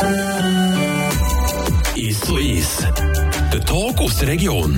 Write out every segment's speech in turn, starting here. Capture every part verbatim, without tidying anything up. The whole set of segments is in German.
«Ist so ist». Der Talk aus der Region.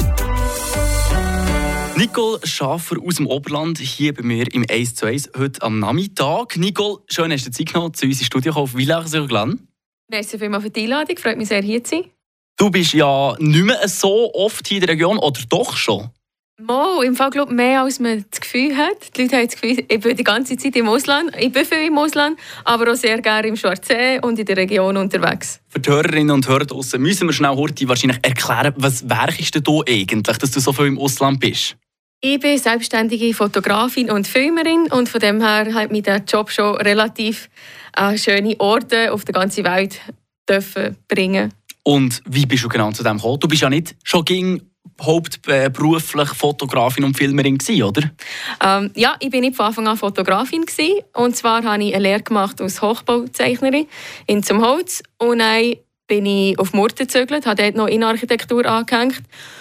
Nicole Schafer aus dem Oberland, hier bei mir im eins zu eins heute am Nachmittag. Nicole, schön, dass du Zeit genommen zu uns ins Studio auf Villars-sur-Glane. Merci vielmals für die Einladung, freut mich sehr, hier zu sein. Du bist ja nicht mehr so oft hier in der Region, oder doch schon? Mal, im Fall glaube ich mehr, als man das Gefühl hat. Die Leute haben das Gefühl, ich bin die ganze Zeit im Ausland. Ich bin viel im Ausland, aber auch sehr gerne im Schwarzsee und in der Region unterwegs. Für die Hörerinnen und Hörer draussen müssen wir schnell heute wahrscheinlich erklären, was werkst du eigentlich, dass du so viel im Ausland bist? Ich bin selbstständige Fotografin und Filmerin und von dem her hat mich der Job schon relativ an schöne Orte auf der ganzen Welt dürfen bringen. Und wie bist du genau zu dem gekommen? Du bist ja nicht schon gegen hauptberuflich Fotografin und Filmerin gewesen, oder? Ähm, ja, ich bin nicht von Anfang an Fotografin gewesen. Und zwar habe ich eine Lehre gemacht als Hochbauzeichnerin in zum Holz und dann bin ich auf Murten gezögert, habe dort noch Innenarchitektur angehängt.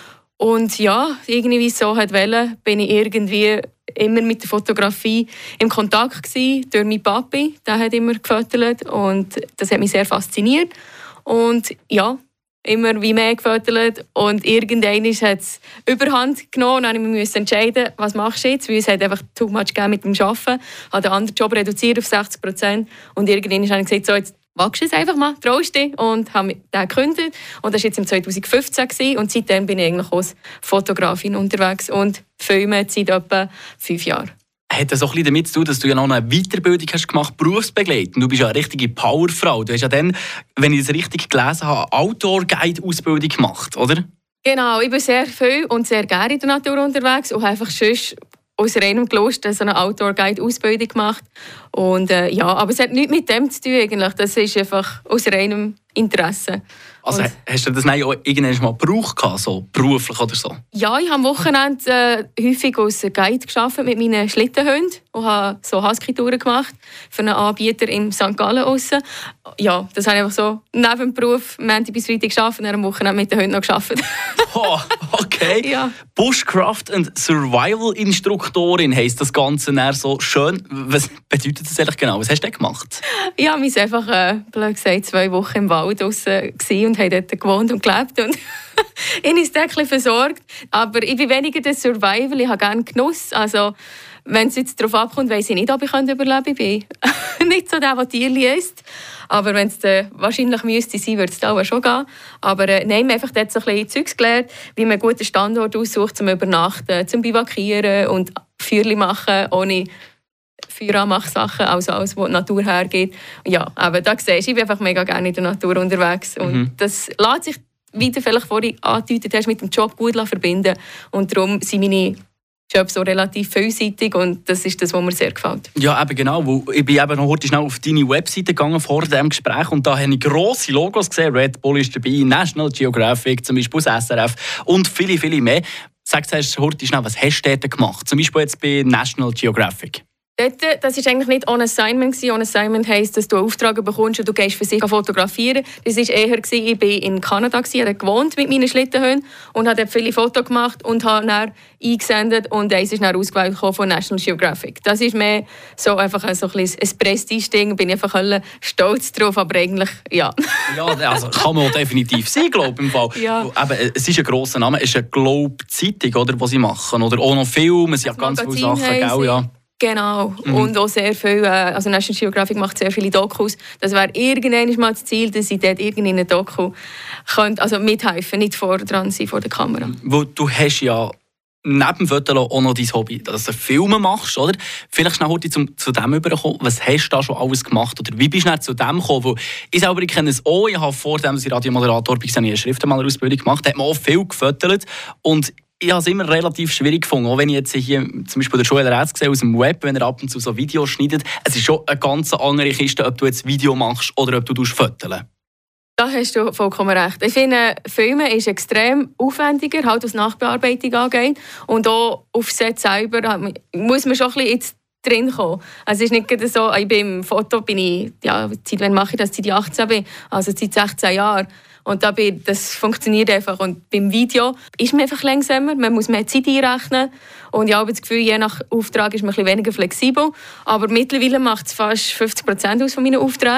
Und ja, irgendwie so hat wollen, bin ich irgendwie immer mit der Fotografie im Kontakt gewesen, durch meinen Papi. Der hat immer gefotografiert und das hat mich sehr fasziniert. Und ja, immer wie mehr gefotografiert. Und irgendwann hat es Überhand genommen und dann musste ich entscheiden, was machst du jetzt, weil es hat einfach too much gegeben mit dem Arbeiten. Ich habe den anderen Job reduziert auf sechzig Prozent und irgendwann habe ich gesagt, so, jetzt wagst du es einfach mal, traust dich, und habe den gekündigt. Und das war jetzt im zwanzig fünfzehn gewesen. Und seitdem bin ich eigentlich als Fotografin unterwegs und filme seit etwa fünf Jahren. Hat das auch ein bisschen damit zu tun, dass du ja noch eine Weiterbildung hast gemacht, berufsbegleitend? Du bist ja eine richtige Powerfrau. Du hast ja dann, wenn ich das richtig gelesen habe, eine Outdoor-Guide-Ausbildung gemacht, oder? Genau, ich bin sehr viel und sehr gerne in der Natur unterwegs und habe einfach sonst aus reinem Gelust so eine Outdoor-Guide-Ausbildung gemacht. Und, äh, ja, aber es hat nichts mit dem zu tun eigentlich. Das ist einfach aus reinem Interesse. Also und hast du das dann auch irgendwann mal gebraucht, so beruflich oder so? Ja, ich habe am Wochenende äh, häufig als Guide gearbeitet mit meinen Schlittenhunden und habe so Husky-Touren gemacht für einen Anbieter in Sankt Gallen aussen. Ja, das habe ich einfach so neben dem Beruf Montag bis Freitag gearbeitet und dann am Wochenende mit den Hunden noch gearbeitet. Oh, okay. Ja. Bushcraft and Survival-Instruktorin heisst das Ganze dann so schön. Was bedeutet das eigentlich genau? Was hast du denn gemacht? Ja, wir waren einfach, äh, blöd gesagt, zwei Wochen im Wald draussen und haben dort gewohnt und gelebt. Und ich habe uns dort versorgt. Aber ich bin weniger der Survival, ich habe gerne Genuss. Also, wenn es jetzt darauf abkommt, weiss ich nicht, ob ich überleben könnte. Ich bin nicht so der, der Tierchen isst. Aber wenn es äh, wahrscheinlich müsste sein, würde es da auch schon gehen. Aber äh, nein, wir haben einfach dort so ein bisschen Zeugs gelernt, wie man einen guten Standort aussucht, zum Übernachten, zum Bivakieren und Feuerchen machen, ohne Feueranmachsachen, also alles, was die Natur hergeht. Ja, aber da siehst du, ich bin einfach mega gerne in der Natur unterwegs. Und mhm. das lässt sich, wie du vielleicht vorhin angedeutet hast, mit dem Job gut verbinden. Und darum sind meine Jobs so relativ vielseitig und das ist das, was mir sehr gefällt. Ja, eben genau. Ich bin eben noch heute schnell auf deine Webseite gegangen vor diesem Gespräch und da habe ich grosse Logos gesehen. Red Bull ist dabei, National Geographic, zum Beispiel das S R F und viele, viele mehr. Sag zuerst heute schnell, was hast du dort gemacht? Zum Beispiel jetzt bei National Geographic. Dort, das war eigentlich nicht on assignment. On assignment heisst, dass du einen Auftrag bekommst und du gehst für sich fotografieren. Das war eher, ich war in Kanada, ich habe gewohnt mit meinen Schlittenhunden und habe dort viele Fotos gemacht und habe dann eingesendet und eins ist dann ausgewählt von National Geographic. Das ist mehr so einfach ein, so ein, ein Prestige-Ding, bin ich einfach stolz drauf, aber eigentlich, ja. Ja, also kann man definitiv sein, glaube ich, im Fall. Ja. Eben, es ist ein grosser Name, es ist eine Globe-Zeitung, oder, die sie machen, oder auch noch Filme, es sind ja ganz viele Sachen, gell, ja. Genau, mhm. und auch sehr viel, also National Geographic macht sehr viele Dokus. Das wäre irgendwann mal das Ziel, dass ich dort in einem Doku könnte, also mithelfen, nicht vor dran sein vor der Kamera. Weil du hast ja neben dem Foto auch noch dein Hobby, dass du Filme machst, oder? Vielleicht schnell heute zum, zu dem überkommen. Was hast du da schon alles gemacht? Oder wie bist du zu dem gekommen? Weil ich selber ich kenne es auch, ich habe vor dem, dass ich Radiomoderator bin, eine Schriftenmalerausbildung gemacht, da hat man auch viel gefotografiert und ich habe es immer relativ schwierig gefunden, auch wenn ich jetzt hier zum Beispiel den Joel Rätz gesehen aus dem Web, wenn er ab und zu so Videos schneidet. Es ist schon eine ganz andere Kiste, ob du jetzt Video machst oder ob du fotografieren. Da hast du vollkommen recht. Ich finde, Filmen ist extrem aufwendiger, halt was Nachbearbeitung angeht. Und auch auf Set selber muss man schon ein bisschen jetzt drin kommen. Also es ist nicht so, ich bin im Foto, bin ich, ja, seit wann mache ich das? Seit ich achtzehn bin, also seit sechzehn Jahren. Und da bin, das funktioniert einfach. Und beim Video ist man einfach langsamer, man muss mehr Zeit einrechnen. Und ich habe das Gefühl, je nach Auftrag ist man ein bisschen weniger flexibel. Aber mittlerweile macht es fast fünfzig Prozent aus von meinen Aufträgen.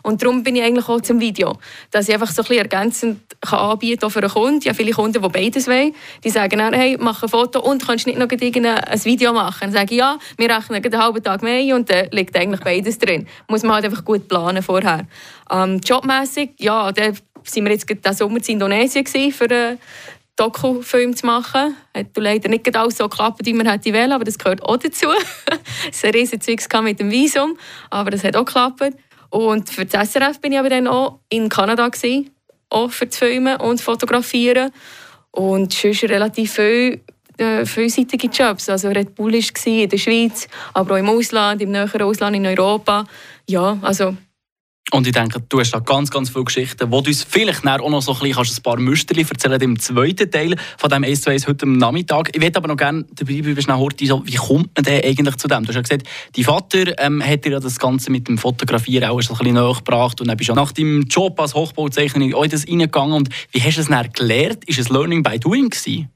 Und darum bin ich eigentlich auch zum Video. Dass ich einfach so ein bisschen ergänzend kann anbieten kann für einen Kunden. Ja, viele Kunden, die beides wollen, die sagen dann, hey, mach ein Foto und kannst nicht noch ein Video machen. Dann sage ich, ja, wir rechnen einen halben Tag mehr und dann liegt eigentlich beides drin. Muss man halt einfach gut planen vorher. Ähm, jobmässig, ja, da sind wir jetzt diesen Sommer in Indonesien gewesen, für einen Dokufilm zu machen. Hat leider nicht alles so geklappt, wie man hätte wollen, aber das gehört auch dazu. Es war ein riesen Zeugs mit dem Visum, aber das hat auch geklappt. Und für das S R F bin ich aber dann auch in Kanada gewesen, auch für das Filmen und Fotografieren. Und sonst relativ viel, äh, vielseitige Jobs. Also Red Bull war in der Schweiz, aber auch im Ausland, im näheren Ausland, in Europa. Ja, also... Und ich denke, du hast da ganz, ganz viele Geschichten, wo du uns vielleicht auch noch so ein, bisschen ein paar Müsterchen erzählen im zweiten Teil von diesem eins zu eins heute am Nachmittag. Ich würde aber noch gerne dabei bleiben, Horti, so, wie kommt man denn eigentlich zu dem? Du hast ja gesagt, dein Vater ähm, hat dir ja das Ganze mit dem Fotografieren auch so ein bisschen nachgebracht und dann bist du nach deinem Job als Hochbauzeichner auch in das reingegangen. Und wie hast du es dann gelernt? Ist es Learning by Doing gewesen?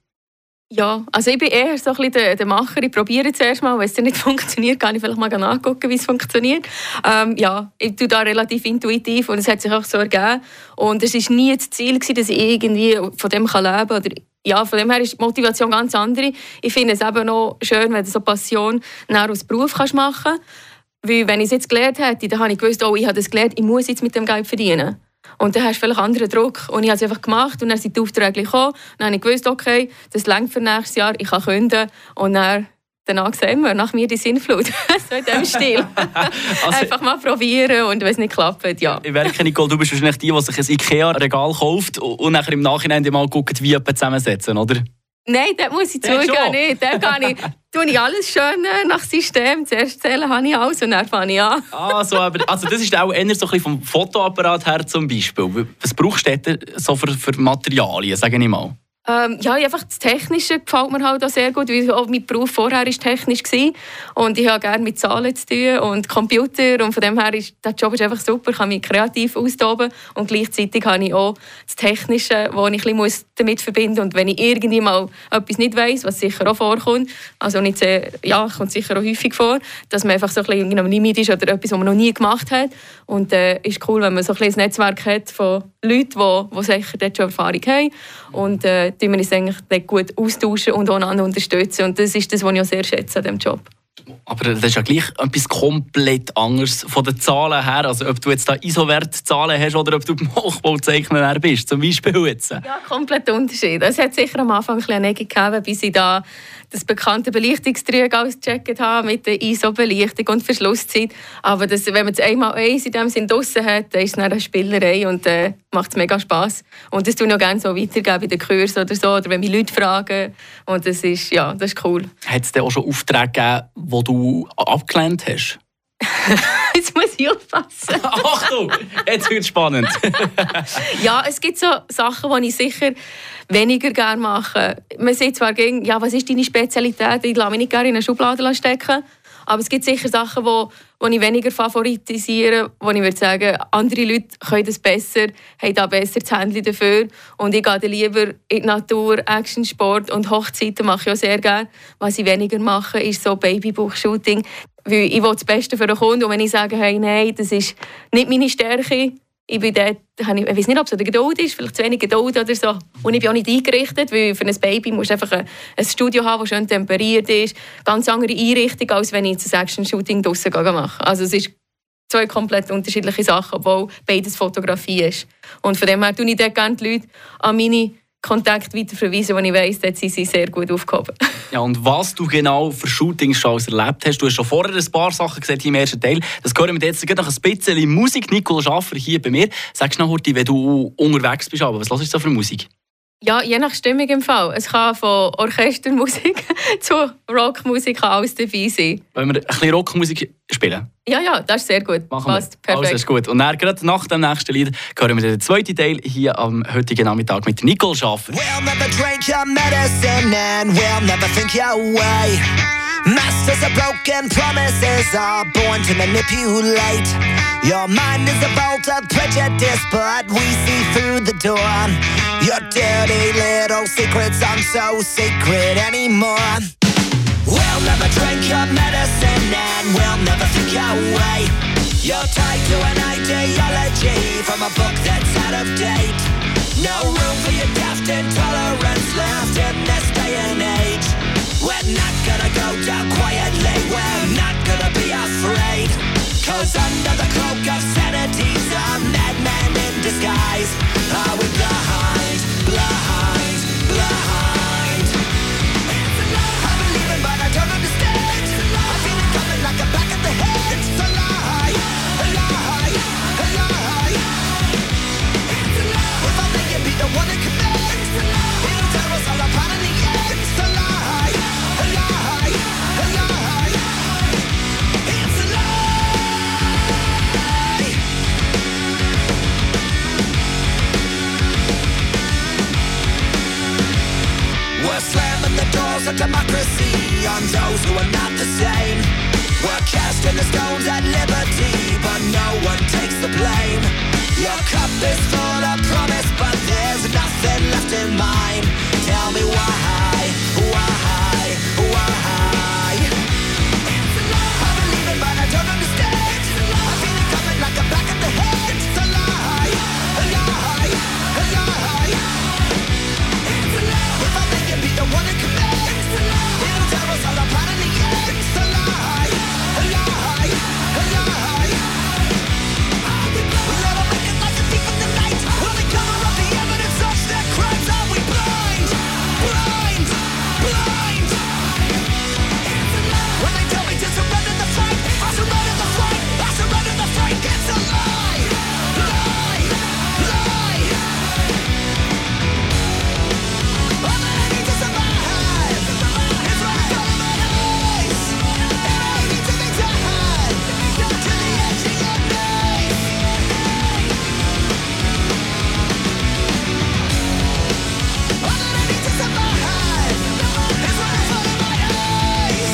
Ja, also ich bin eher so ein bisschen der, der Macher. Ich probiere zuerst mal, wenn es nicht funktioniert, kann ich vielleicht mal nachgucken, wie es funktioniert. Ähm, ja, ich tue da relativ intuitiv und es hat sich auch so ergeben. Und es war nie das Ziel, dass ich irgendwie von dem leben kann. Oder, ja, von dem her ist die Motivation ganz andere. Ich finde es eben auch schön, wenn du so Passion als Beruf machen kannst. Weil wenn ich es jetzt gelernt hätte, dann habe ich gewusst, oh, ich habe das gelernt, ich muss jetzt mit dem Geld verdienen. Und dann hast du vielleicht anderen Druck. Und ich habe es einfach gemacht und dann sind die Aufträge gekommen. Dann habe ich gewusst, okay, das reicht für nächstes Jahr, ich kann kündigen. Und dann, danach sehen wir, nach mir die Sinnflut. So in diesem Stil. Also, einfach mal probieren und wenn es nicht klappt, ja. Ich merke, Nicole, du bist wahrscheinlich die, die sich ein IKEA-Regal kauft und nachher im Nachhinein mal guckt, wie jemand zusammensetzen, oder? Nein, das muss ich zugeben, nicht. Da kann ich, tue ich alles schön nach System. Zuerst zählen habe ich alles und dann fange ich an. Ah, so, aber, also das ist auch eher so ein bisschen vom Fotoapparat her zum Beispiel. Was brauchst du denn so für, für Materialien, sage ich mal? Ähm, ja, einfach das Technische gefällt mir halt auch sehr gut, weil auch mein Beruf vorher war technisch gewesen. Und ich habe gerne mit Zahlen zu tun und Computer und von dem her ist der Job ist einfach super, ich kann mich kreativ austoben und gleichzeitig habe ich auch das Technische, das ich ein bisschen damit verbinden muss. Und wenn ich irgendwie mal etwas nicht weiss, was sicher auch vorkommt, also nicht sehr, ja, kommt sicher auch häufig vor, dass man einfach so ein bisschen am Limit ist oder etwas, was man noch nie gemacht hat. Und es äh, ist cool, wenn man so ein, ein Netzwerk hat von Leuten, die, die sicher dort schon Erfahrung haben. Und äh, die wir uns eigentlich gut austauschen und einander unterstützen. Und das ist das, was ich auch sehr schätze an diesem Job. Aber das ist ja gleich etwas komplett anderes von den Zahlen her. Also ob du jetzt da I S O-Wert-Zahlen hast oder ob du beim Hochbauzeichner bist, zum Beispiel jetzt. Ja, komplett Unterschied. Es hat sicher am Anfang ein bisschen Nägel gegeben, bis ich da das bekannte Belichtungstrüg ausgecheckt habe mit der I S O-Belichtung und Verschlusszeit. Aber das, wenn man es einmal eins in dem Sinn draussen hat, dann ist es eine Spielerei und äh, macht es mega Spass. Und das tue ich auch gerne so weitergeben in den Kursen oder so, oder wenn mich Leute fragen. Und das ist, ja, das ist cool. Hat es denn auch schon Aufträge gegeben, die du abgelehnt hast? Jetzt muss ich aufpassen. Achtung, jetzt wird es spannend. Ja, es gibt so Sachen, die ich sicher weniger gerne mache. Man sieht zwar gegen, ja, was ist deine Spezialität? Ich lasse mich nicht gerne in eine Schublade stecken. Aber es gibt sicher Sachen, die, die ich weniger favoritisiere, wo ich würde sagen, andere Leute können das besser, haben da besser das Händchen dafür. Und ich gehe dann lieber in die Natur, Action, Sport und Hochzeiten mache ich auch sehr gerne. Was ich weniger mache, ist so Babybuch-Shooting. Weil ich will das Beste für den Kunden. Und wenn ich sage, hey, nein, das ist nicht meine Stärke, ich bin dort, ich weiß nicht, ob es eine Geduld ist, vielleicht zu wenig Geduld oder so. Und ich bin auch nicht eingerichtet, weil für ein Baby musst du einfach ein, ein Studio haben, das schön temperiert ist. Ganz andere Einrichtung, als wenn ich jetzt ein Action-Shooting draussen mache. Also es ist zwei komplett unterschiedliche Sachen, obwohl beides Fotografie ist. Und von dem her tue ich dort gerne die Leute an meine Kontakt weiterverweisen, wo ich weiss, dort sind sie sehr gut aufgehoben. Ja, und was du genau für Shootings schon erlebt hast, du hast schon vorher ein paar Sachen gesagt im ersten Teil, das hören wir jetzt noch ein bisschen Musik. Nicole Schaffer hier bei mir. Sagst du noch, Horti, wenn du unterwegs bist, aber was hörst du so für Musik? Ja, je nach Stimmung im Fall. Es kann von Orchestermusik zu Rockmusik alles dabei sein. Wollen wir ein bisschen Rockmusik spielen? Ja, ja, das ist sehr gut. Machen Passt wir. perfekt. Alles ist gut. Und dann, gerade nach dem nächsten Lied hören wir den zweiten Teil hier am heutigen Nachmittag mit Nicole Schaffer. We'll never drink your medicine and we'll never think your way. Masters of broken promises are born to manipulate. Your mind is a vault of prejudice, but we see through the door. Your dirty little secrets aren't so secret anymore. We'll never drink your medicine and we'll never think your way. You're tied to an ideology. No room for your daft intolerance left in this day and age. We're not gonna go down quietly, we're not gonna be afraid. Cause under the cloak of sanity's a madman in disguise. Are we blind, blind, blind? I believe it but I don't understand. I feel it coming like a back of the head. It's a lie, a lie, a lie. If I make it be the one to command, it'll tear us all apart in the end. It's a lie, a lie, a lie. It's a lie. We're slamming the doors of democracy on those who are not the same. We're casting the stones at liberty, but no one takes the blame. Your cup is full of promise, but there's nothing left in mine. Tell me why, why, why? I believe it, but I don't understand. I feel it coming like a back of the head. It's a lie, a lie, a lie. If I make it be the one to command, it'll tear us all apart in the end. It's a lie, a lie, a lie. We let 'em make it like a thief in the night. When we cover up the evidence of their crimes, are we blind, blind, blind? When they tell me to surrender the fight, I surrender the fight, I surrender the fight. It's a lie, lie, lie. All that I need to survive is right in front of my eyes. And I need to be tied to the edge of your knife. All that I need to survive is right in front of my eyes.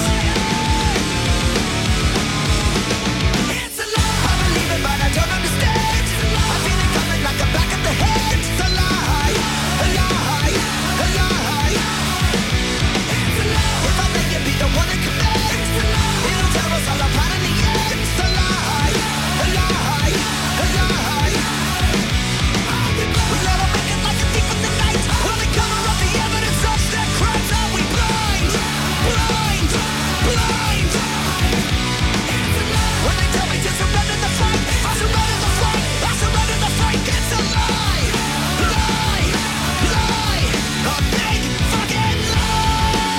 It's a lie. I believe it, but I don't understand. I feel it coming like a back of the head. It's a lie, a lie, a lie. If I make it be the one to command, it'll tear us all apart in the end. It's a lie, a lie, a lie. We let 'em make it like a thief in the night. When we cover up the evidence of their crimes, are we blind, blind, blind? When they tell me to surrender the fight, I surrender the fight, I surrender the fight. It's a lie, lie, lie, a big fucking lie.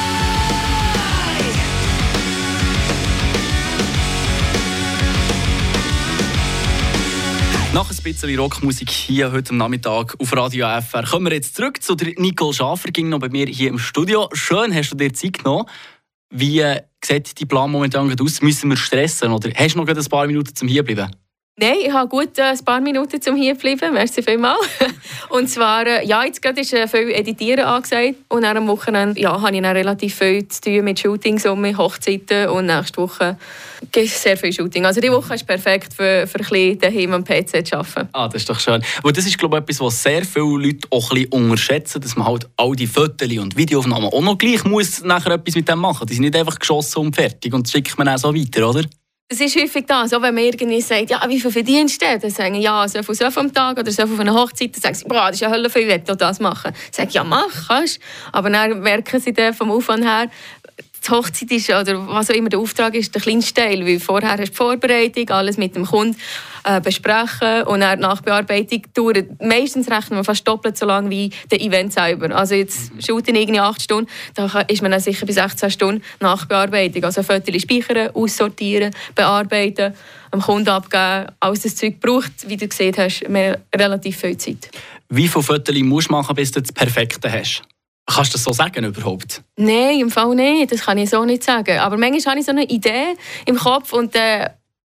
Nach ein bisschen Rockmusik hier heute am Nachmittag auf Radio F R kommen wir jetzt zurück zu der Nicole Schafer, ging noch bei mir hier im Studio. Schön, hast du dir Zeit genommen. Wie äh, sieht dein Plan momentan aus? Müssen wir stressen oder hast du noch ein paar Minuten zum Hierbleiben? Nein, ich habe gut äh, ein paar Minuten zum hier bleiben. Merci vielmals. Und zwar, äh, ja, jetzt gerade ist äh, viel Editieren angesagt. Und dann am Wochenende ja, habe ich dann relativ viel zu tun mit Shootings und mit Hochzeiten. Und nächste Woche gibt es sehr viel Shooting. Also die Woche ist perfekt für, für ein bisschen daheim am P C zu arbeiten. Ah, das ist doch schön. Weil das ist, glaube ich, etwas, was sehr viele Leute auch ein bisschen unterschätzen, dass man halt all die Fotos und Videoaufnahmen auch noch gleich muss nachher etwas mit dem machen. Die sind nicht einfach geschossen und fertig und das schickt man dann so weiter, oder? Es ist häufig das, so, wenn man irgendwie sagt, ja, wie viel verdienst du? Dann sagen ja, so viel, so viel am Tag oder so viel auf einer Hochzeit. Dann sagen sie, boah, das ist ja Hölle viel, ich will das machen. Dann sage ich, ja, mach, kannst. Aber dann merken sie dann vom Aufwand her, die Hochzeit ist, oder was auch immer der Auftrag ist, der kleinste Teil. Weil vorher hast du die Vorbereitung, alles mit dem Kunden äh, besprechen und dann die Nachbearbeitung dauert. Meistens rechnen wir fast doppelt so lange wie der Event selber. Also jetzt shooten irgendwie acht Stunden, da ist man dann sicher bis sechzehn Stunden Nachbearbeitung. Also Fotos speichern, aussortieren, bearbeiten, am Kunden abgeben. Alles das Zeug braucht, wie du gesehen hast, mehr, relativ viel Zeit. Wie viele Fotos musst du machen, bis du das Perfekte hast? Kannst du das so sagen überhaupt? Nein, im Fall nicht. Das kann ich so nicht sagen. Aber manchmal habe ich so eine Idee im Kopf und äh,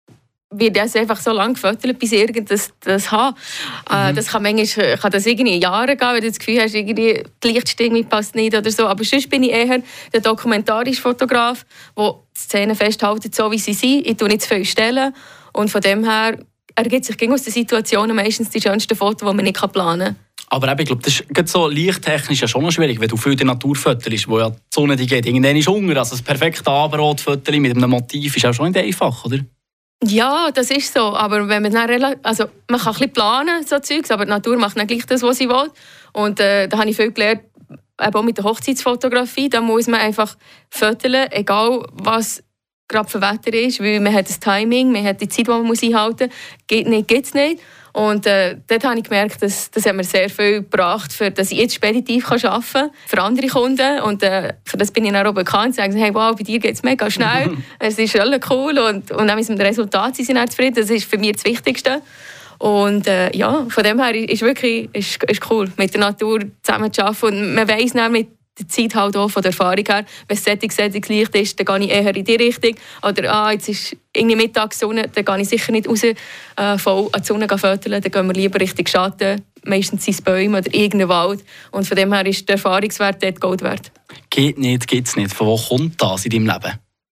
wird das einfach so lange gefüttert, bis ich irgendwas das habe. Mhm. Äh, das kann manchmal kann das irgendwie Jahre gehen, wenn du das Gefühl hast, irgendwie die Lichtstimmung passt nicht oder so. Aber sonst bin ich eher der dokumentarische Fotograf, der die Szenen festhält, so wie sie sind. Ich tue nicht zu viel stellen. Und von dem her ergibt sich aus den Situationen meistens die schönsten Fotos, die man nicht planen kann. Aber eben, ich glaube, das ist so lichttechnisch ja schon noch schwierig, wenn du viel die Natur fötelst, wo ja die Sonne die geht. Irgendwann ist Hunger. Also das perfekte Abendrotfoto mit einem Motiv ist auch schon nicht einfach, oder? Ja, das ist so. Aber wenn man dann, also man kann ein bisschen planen, so Zeugs, aber die Natur macht dann gleich das, was sie will. Und äh, da habe ich viel gelernt, eben auch mit der Hochzeitsfotografie. Da muss man einfach fotografieren, egal was gerade für Wetter ist, weil man hat das Timing, man hat die Zeit, die man muss einhalten muss. Geht nicht, geht es nicht. Und äh, dort habe ich gemerkt, dass das hat mir sehr viel gebracht, für, dass ich jetzt speditiv kann arbeiten kann für andere Kunden. Und äh, für das bin ich dann auch bekannt. Sagen, hey, wow, bei dir geht es mega schnell. Es ist alles cool. Und, und auch mit dem Resultat sind sie zufrieden. Das ist für mich das Wichtigste. Und äh, ja, von dem her ist wirklich ist, ist cool, mit der Natur zusammen zu arbeiten. Und man weiss dann mit der Zeit halt auch von der Erfahrung her, wenn es sättig, sättig Licht ist, dann gehe ich eher in die Richtung. Oder ah, jetzt ist irgendwie Mittagssonne, dann gehe ich sicher nicht raus, äh, voll an die Sonne föteln. Dann gehen wir lieber Richtung Schatten. Meistens sind es Bäume oder irgendein Wald. Und von dem her ist der Erfahrungswert dort Gold wert. Geht nicht, geht es nicht. Von wo kommt das in deinem Leben?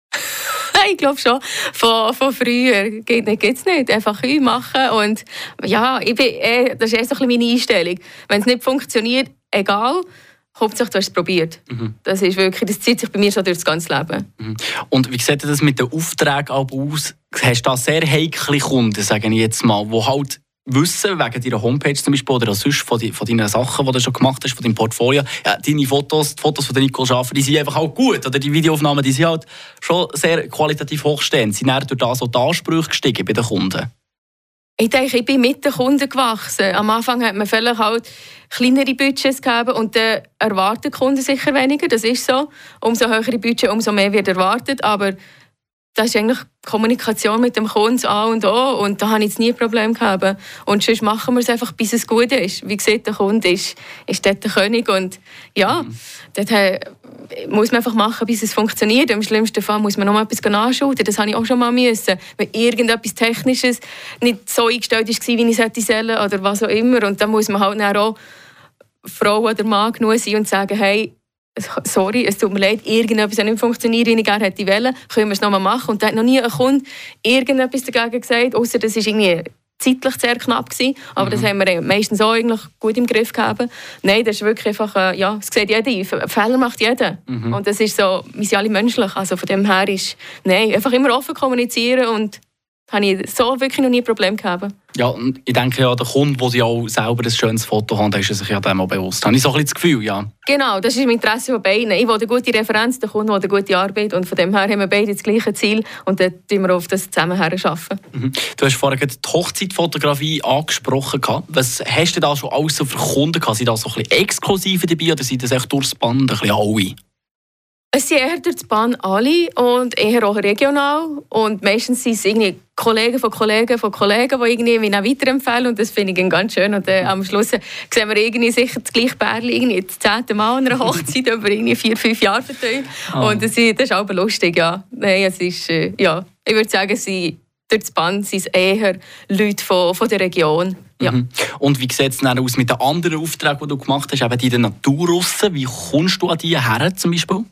Ich glaube schon, von, von früher. Geht nicht, geht's nicht. Einfach machen. Und ja, ich bin, eh, das ist eher so ein bisschen meine Einstellung. Wenn es nicht funktioniert, egal. Hauptsache, du hast es probiert. Mhm. Das ist wirklich, das zieht sich bei mir schon durch das ganze Leben. Mhm. Und wie sieht das mit den Aufträgen aus? Hast du da sehr heikle Kunden, sage ich jetzt mal, die halt wissen, wegen deiner Homepage zum Beispiel oder sonst von, die, von deinen Sachen, die du schon gemacht hast, von deinem Portfolio, ja, deine Fotos, die Fotos von Nicole Schaffer, die sind einfach auch gut. Oder die Videoaufnahmen, die sind halt schon sehr qualitativ hochstehend. Sind dann durch das so die Ansprüche gestiegen bei den Kunden? Ich denke, ich bin mit den Kunden gewachsen. Am Anfang hat man vielleicht halt kleinere Budgets gegeben und dann erwarten die Kunden sicher weniger. Das ist so. Umso höhere Budget, umso mehr wird erwartet. Aber das ist eigentlich Kommunikation mit dem Kunden A und O. Und da habe ich jetzt nie ein Problem gehabt. Und sonst machen wir es einfach, bis es gut ist. Wie gesagt, der Kunde ist, ist dort der König. Und ja, mhm. dort muss man einfach machen, bis es funktioniert. Im schlimmsten Fall muss man noch mal etwas anschauen. Das habe ich auch schon mal müssen. Wenn irgendetwas Technisches nicht so eingestellt war, wie ich es hätte oder was auch immer. Und dann muss man halt dann auch Frau oder Mann genug sein und sagen, hey, sorry, es tut mir leid, irgendetwas hat nicht funktioniert, wie ich gerne hätte wollen, können wir es nochmal machen. Und da hat noch nie ein Kunde irgendetwas dagegen gesagt, außer das war irgendwie zeitlich sehr knapp gewesen. Aber mhm. das haben wir meistens auch eigentlich gut im Griff gehabt. Nein, das ist wirklich einfach, äh, ja, das sieht jeder, Fehler macht jeder. Mhm. Und das ist so, wir sind alle menschlich. Also von dem her ist, nein, einfach immer offen kommunizieren und habe ich so wirklich noch nie ein Problem gehabt. Ja, und ich denke ja, der Kunde, der ja auch selber ein schönes Foto hat, ist sich ja dem auch bewusst. Habe ich so ein bisschen das Gefühl, ja. Genau, das ist im Interesse von beiden. Ich will eine gute Referenz, der Kunde will eine gute Arbeit und von dem her haben wir beide das gleiche Ziel und dann arbeiten wir auf das zusammen arbeiten. Mhm. Du hast vorhin die Hochzeitfotografie angesprochen. Was hast du da schon alles so für Kunden gehabt? Sind da so ein bisschen Exklusive dabei oder sind das echt durchs Band ein bisschen alle? Es sind eher durch die Bahn alle und eher auch regional. Und meistens sind es irgendwie Kollegen von Kollegen von Kollegen, die irgendwie mich auch weiterempfehlen. Und das finde ich ganz schön. Und äh, am Schluss sehen wir irgendwie sicher das gleiche Pärchen, irgendwie das zehnte Mal an einer Hochzeit über irgendwie vier, fünf Jahre verteilt. Oh. Und das ist, das ist auch lustig, ja. Nein, es ist, äh, ja. Ich würde sagen, sie, durch die Bahn sind es eher Leute von, von der Region. Ja. Mhm. Und wie sieht es dann aus mit den anderen Aufträgen, die du gemacht hast, eben die in der Natur draussen? Wie kommst du an die her zum Beispiel?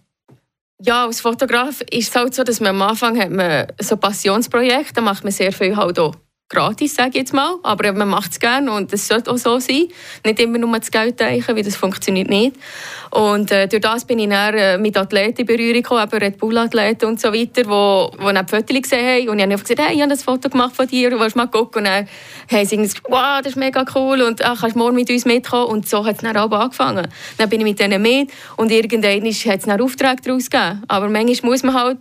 Ja, als Fotograf ist es halt so, dass man am Anfang hat man so Passionsprojekte, da macht man sehr viel halt auch gratis, sage ich jetzt mal, aber man macht es gerne und es sollte auch so sein. Nicht immer nur das Geld denken, weil das funktioniert nicht. Und äh, durch das bin ich dann äh, mit Athleten in Berührung gekommen, eben Red Bull-Athleten und so weiter, wo, wo dann die Fotos gesehen haben und ich habe gesagt, hey, ich habe das Foto gemacht von dir, willst du mal gucken? Und dann haben sie gesagt, wow, das ist mega cool und ah, kannst du morgen mit uns mitkommen? Und so hat es dann auch angefangen. Dann bin ich mit denen mit und irgendwann hat es dann Aufträge daraus gegeben. Aber manchmal muss man halt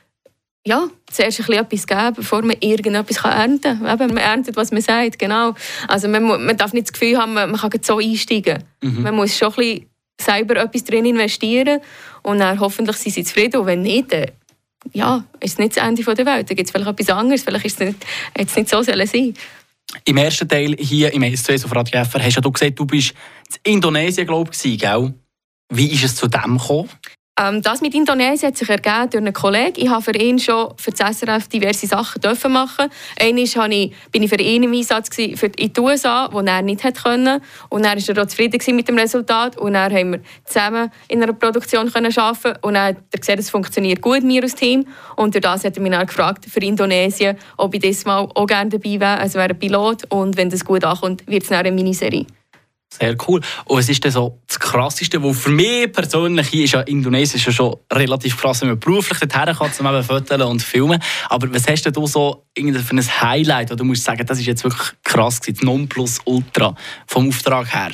ja, zuerst ein bisschen etwas geben, bevor man irgendetwas ernten kann. Eben, man erntet, was man sagt, genau. Also man, man darf nicht das Gefühl haben, man, man kann so einsteigen. Mhm. Man muss schon ein bisschen selber etwas drin investieren und dann hoffentlich sind sie zufrieden. Und wenn nicht, dann ja, ist es nicht das Ende der Welt. Dann gibt es vielleicht etwas anderes. Vielleicht ist es nicht, jetzt nicht so sollen sein. Im ersten Teil hier im S zwei auf Radio F R hast du gesagt, du bist in Indonesien, glaube ich, gell? Wie ist es zu dem gekommen? Ähm, das mit Indonesien hat sich ergeben durch einen Kollegen. Ich durfte für ihn schon für das S R F diverse Sachen machen. Einmal ich, bin ich für ihn im Einsatz für in die U S A, wo er nicht konnte. Und er war auch zufrieden mit dem Resultat. Und dann haben wir zusammen in einer Produktion arbeiten. Und dann hat er gesehen, es funktioniert gut, wir als Team. Und durch das hat er mich dann gefragt für Indonesien, ob ich dieses Mal auch gerne dabei wäre. Es wäre ein Pilot. Und wenn das gut ankommt, wird es dann eine Miniserie. Sehr cool. Und was ist denn so das Krasseste, wo für mich persönlich hier ist ja Indonesien ist ja schon relativ krass, wenn man beruflich dorthin kann, zum eben fotografieren und filmen. Aber was hast denn du so für ein Highlight, wo du musst sagen, das ist jetzt wirklich krass gewesen, das Nonplusultra vom Auftrag her?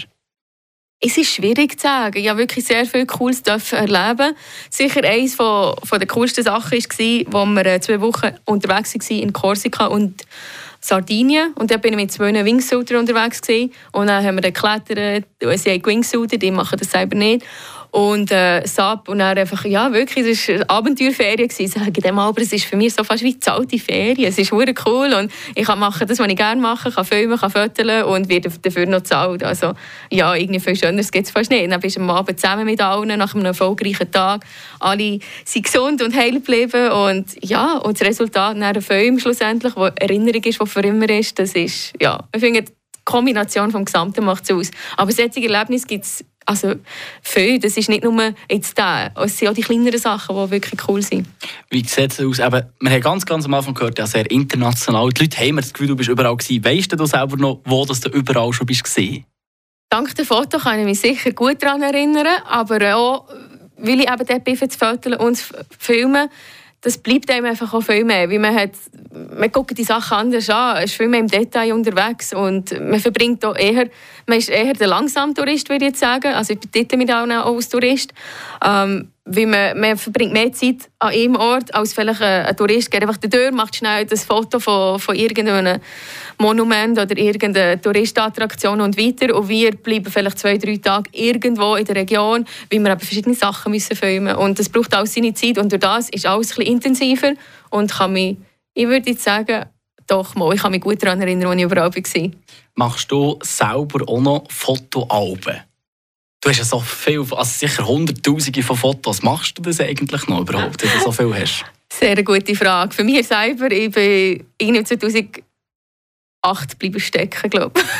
Es ist schwierig zu sagen. Ich habe wirklich sehr viel Cooles erleben. Sicher eines von, von der coolsten Sachen war, wo wir zwei Wochen unterwegs waren in Korsika und Sardinien. Und da bin ich mit zwei Wingsuitern unterwegs gewesen. Und dann haben wir geklettert. Sie haben Wingsuiter, die machen das selber nicht. Und äh, S A P. Und dann einfach, ja, wirklich, es war eine Abenteuerferien. Ich sage dem aber, es ist für mich so fast wie zahlte Ferien. Es ist wirklich cool. Und ich kann machen das, was ich gerne mache. Ich kann filmen, kann fotografieren und werde dafür noch gezahlt. Also, ja, irgendwie viel Schöneres gibt es fast nicht. Dann bist du am Abend zusammen mit allen, nach einem erfolgreichen Tag. Alle sind gesund und heil geblieben. Und ja, und das Resultat nach einem Film schlussendlich, wo Erinnerung ist, die für immer ist, das ist, ja, ich finde, die Kombination vom Gesamten macht es aus. Aber solche Erlebnisse gibt es also viel. Das ist nicht nur jetzt da. Es sind auch die kleineren Sachen, die wirklich cool sind. Wie sieht es aus? Eben, wir haben ganz, ganz am Anfang gehört, ja, sehr international. Die Leute haben das Gefühl, du bist überall gewesen. Weißt du selber noch, wo du überall schon bist gewesen? Dank dem Foto kann ich mich sicher gut daran erinnern. Aber auch, weil ich eben dort bin, zu fotografieren und zu filmen, das bleibt einem einfach auch viel mehr. Weil man, hat, man guckt die Sachen anders an, man ist viel mehr im Detail unterwegs und man verbringt auch eher, man ist eher der langsame Tourist, würde ich jetzt sagen. Also ich betitle mich auch als Tourist. Ähm, weil man, man verbringt mehr Zeit an einem Ort, als vielleicht ein, ein Tourist geht einfach durch, macht schnell das Foto von, von irgendeinem Monument oder irgendeiner Touristenattraktion und weiter. Und wir bleiben vielleicht zwei, drei Tage irgendwo in der Region, weil wir eben verschiedene Sachen müssen filmen. Und das braucht alles seine Zeit und durch das ist alles ein bisschen intensiver und kann mich, ich würde jetzt sagen, doch mal, ich kann mich gut daran erinnern, als ich überall war. Machst du selber auch noch Fotoalben? Du hast ja so viel, also sicher Hunderttausende von Fotos. Machst du das eigentlich noch überhaupt, wenn du so viel hast? Sehr eine gute Frage. Für mich selber, ich bin irgendwie zweitausendacht geblieben stecken, glaube ich.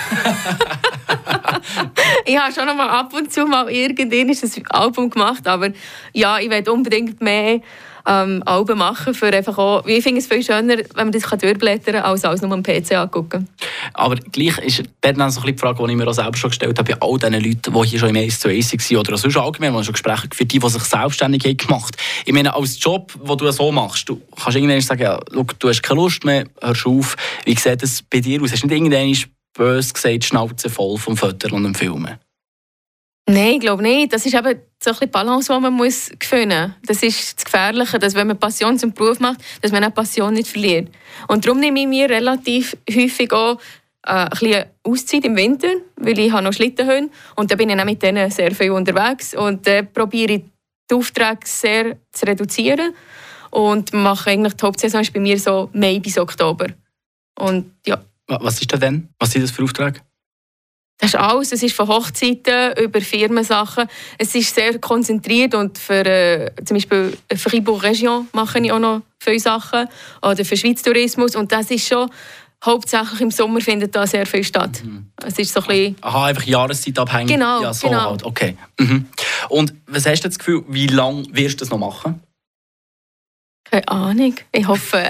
Ich habe schon noch mal ab und zu mal irgendwann ein Album gemacht, aber ja, ich will unbedingt mehr ähm, Alben machen, für einfach auch, ich finde es viel schöner, wenn man das durchblättern kann, als alles nur am P C angucken. Aber gleich ist dort dann so ein bisschen die Frage, die ich mir auch selber schon gestellt habe, bei all diesen Leuten, die hier schon im eins zu eins waren oder sonst allgemein, die schon Gespräche für die, die sich selbstständig haben gemacht. Ich meine, als Job, den du so machst, du kannst irgendwann sagen, ja, look, du hast keine Lust mehr, hörst auf. Wie sieht das bei dir aus? Hast du nicht irgendwann böse gesagt, die Schnauze voll vom Foto und dem Filmen? Nein, ich glaube nicht. Das ist eben so ein bisschen die Balance, die man muss finden muss. Das ist das Gefährliche, dass wenn man Passion zum Beruf macht, dass man auch Passion nicht verliert. Und darum nehme ich mir relativ häufig auch äh, ein bisschen Auszeit im Winter, weil ich habe noch Schlittenhunde und da bin ich auch mit denen sehr viel unterwegs und dann äh, probiere ich die Aufträge sehr zu reduzieren und mache eigentlich die Hauptsaison ist bei mir so Mai bis Oktober. Und ja. Was ist das denn? Was sind das für Aufträge? Das ist alles. Es ist von Hochzeiten über Firmensachen. Es ist sehr konzentriert und für äh, zum Beispiel Fribourg Region mache ich auch noch viele Sachen oder für Schweiz Tourismus und das ist schon hauptsächlich im Sommer findet da sehr viel statt. Mhm. Es ist so ein bisschen Aha, einfach Jahreszeitabhängig. Genau, ja, so genau. Halt. Okay. Mhm. Und was hast du das Gefühl, wie lange wirst du das noch machen? Keine Ahnung. Ich hoffe.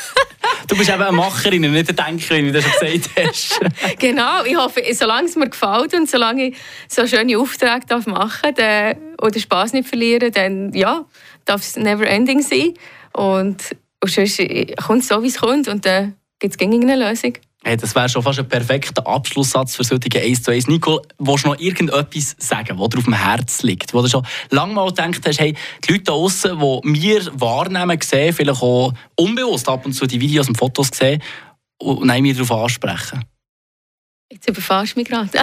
Du bist eben eine Macherin und nicht eine Denkerin, wie du schon gesagt hast. Genau, ich hoffe, solange es mir gefällt und solange ich so schöne Aufträge darf machen darf oder Spass nicht verlieren, dann ja, darf es never ending sein. Und, und sonst kommt es so, wie es kommt und dann gibt es gängig eine Lösung. Hey, das wäre schon fast ein perfekter Abschlusssatz für solche eins zu eins. Nicole, willst du noch irgendetwas sagen, was dir auf dem Herzen liegt? Wo du schon lange mal gedacht hast, hey, die Leute da draussen, die wir wahrnehmen, sehen, vielleicht auch unbewusst ab und zu die Videos und Fotos sehen und nein, wir darauf ansprechen? Jetzt überfährst du mich gerade.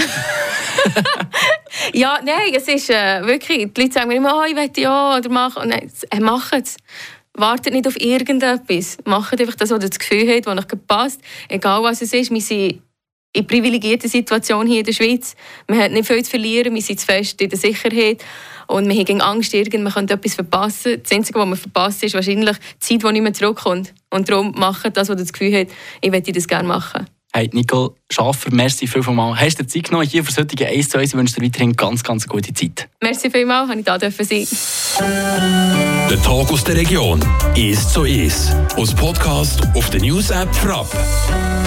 Ja, nein, es ist äh, wirklich, die Leute sagen mir immer, oh, ich will ja oder machen. Und nein, äh, machen es. Wartet nicht auf irgendetwas. Macht einfach das, was ihr das Gefühl habt, was euch passt. Egal was es ist. Wir sind in privilegierter Situation hier in der Schweiz. Wir haben nicht viel zu verlieren. Wir sind zu fest in der Sicherheit. Und wir haben Angst, man könnte etwas verpassen. Das Einzige, was man verpasst, ist wahrscheinlich die Zeit, die nicht mehr zurückkommt. Und darum macht das, was ihr das Gefühl habt, ich möchte das gerne machen. Hey, Nicole Schaffer, merci vielmals. Hast du dir Zeit genommen hier für solche eins zu eins? Ich wünsche dir weiterhin ganz, ganz gute Zeit. Merci vielmals, dass ich da sein durfte. Der Tag aus der Region. eins zu eins. Als Podcast auf der News-App Frapp.